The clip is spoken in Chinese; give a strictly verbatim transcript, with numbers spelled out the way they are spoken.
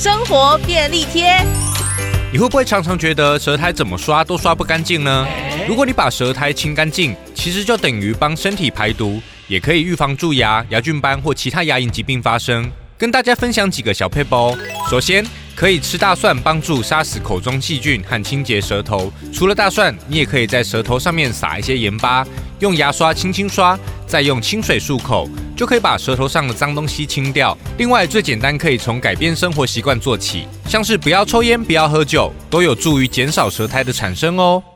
生活便利贴。 你会不会常常觉得舌苔怎么刷都刷不干净呢？如果你把舌苔清干净，其实就等于帮身体排毒，也可以预防蛀牙、牙菌斑或其他牙龈疾病发生。跟大家分享几个小撇步哦。首先，可以吃大蒜，帮助杀死口中细菌和清洁舌头。除了大蒜，你也可以在舌头上面撒一些盐巴，用牙刷轻轻刷，再用清水漱口，就可以把舌头上的脏东西清掉。另外，最简单可以从改变生活习惯做起，像是不要抽烟、不要喝酒，都有助于减少舌苔的产生哦。